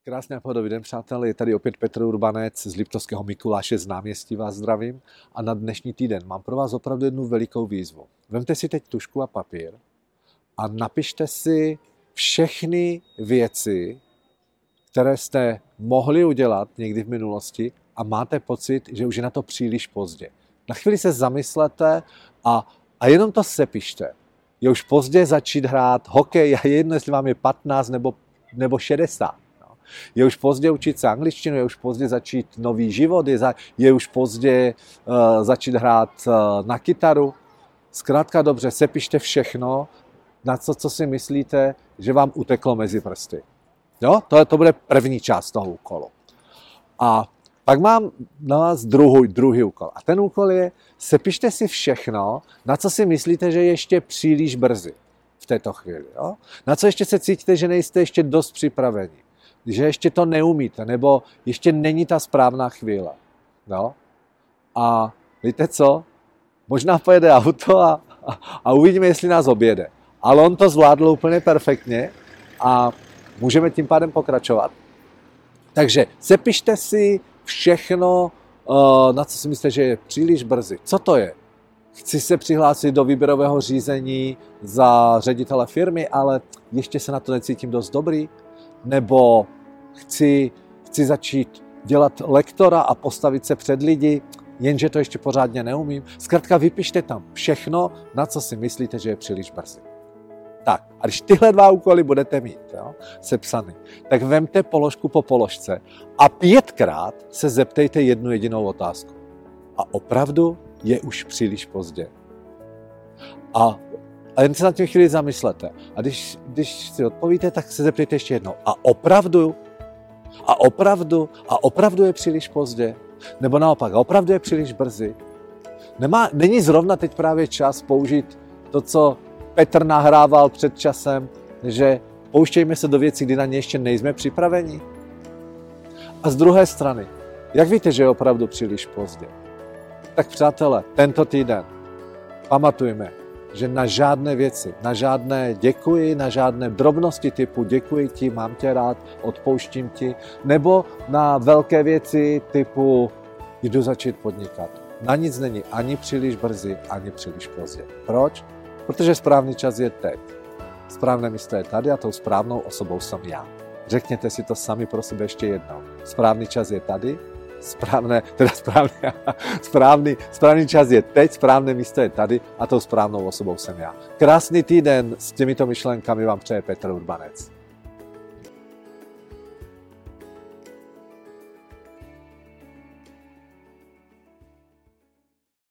Krásný a pohodový den, přátelé, je tady opět Petr Urbanec z Liptovského Mikuláše z náměstí, vás zdravím. A na dnešní týden mám pro vás opravdu jednu velikou výzvu. Vemte si teď tužku a papír a napište si všechny věci, které jste mohli udělat někdy v minulosti a máte pocit, že už je na to příliš pozdě. Na chvíli se zamyslete a jenom to sepište. Je už pozdě začít hrát hokej a je jedno, jestli vám je 15 nebo 60. Je už pozdě učit se angličtinu, je už pozdě začít nový život, je už pozdě začít hrát na kytaru. Zkrátka dobře, sepište všechno, na co si myslíte, že vám uteklo mezi prsty. Jo? To bude první část toho úkolu. A pak mám na vás druhý úkol. A ten úkol je, sepište si všechno, na co si myslíte, že je ještě příliš brzy v této chvíli. Jo? Na co ještě se cítíte, že nejste ještě dost připraveni. Že ještě to neumíte, nebo ještě není ta správná chvíle. No? A víte co? Možná pojede auto a uvidíme, jestli nás objede. Ale on to zvládl úplně perfektně a můžeme tím pádem pokračovat. Takže sepište si všechno, na co si myslíte, že je příliš brzy. Co to je? Chci se přihlásit do výběrového řízení za ředitele firmy, ale ještě se na to necítím dost dobrý. Nebo chci začít dělat lektora a postavit se před lidi, jenže to ještě pořádně neumím. Zkrátka vypište tam všechno, na co si myslíte, že je příliš brzy. Tak, a když tyhle dva úkoly budete mít sepsany, tak vemte položku po položce a 5krát se zeptejte jednu jedinou otázku. A opravdu je už příliš pozdě. A jen se na tím chvíli zamyslete. A když si odpovíte, tak se zeptejte ještě jednou. A opravdu je příliš pozdě? Nebo naopak, opravdu je příliš brzy? Není zrovna teď právě čas použít to, co Petr nahrával před časem, že pouštějme se do věcí, kdy na ně ještě nejsme připraveni? A z druhé strany, jak víte, že je opravdu příliš pozdě? Tak přátelé, tento týden pamatujme, že na žádné věci, na žádné děkuji, na žádné drobnosti typu děkuji ti, mám tě rád, odpouštím ti, nebo na velké věci typu jdu začít podnikat. Na nic není ani příliš brzy, ani příliš pozdě. Proč? Protože správný čas je teď. Správné místo je tady a tou správnou osobou jsem já. Řekněte si to sami pro sebe ještě jednou. Správný čas je tady, správný čas je teď, správné místo je tady a tou správnou osobou jsem já. Krásný týden s těmito myšlenkami vám přeje Petr Urbanec.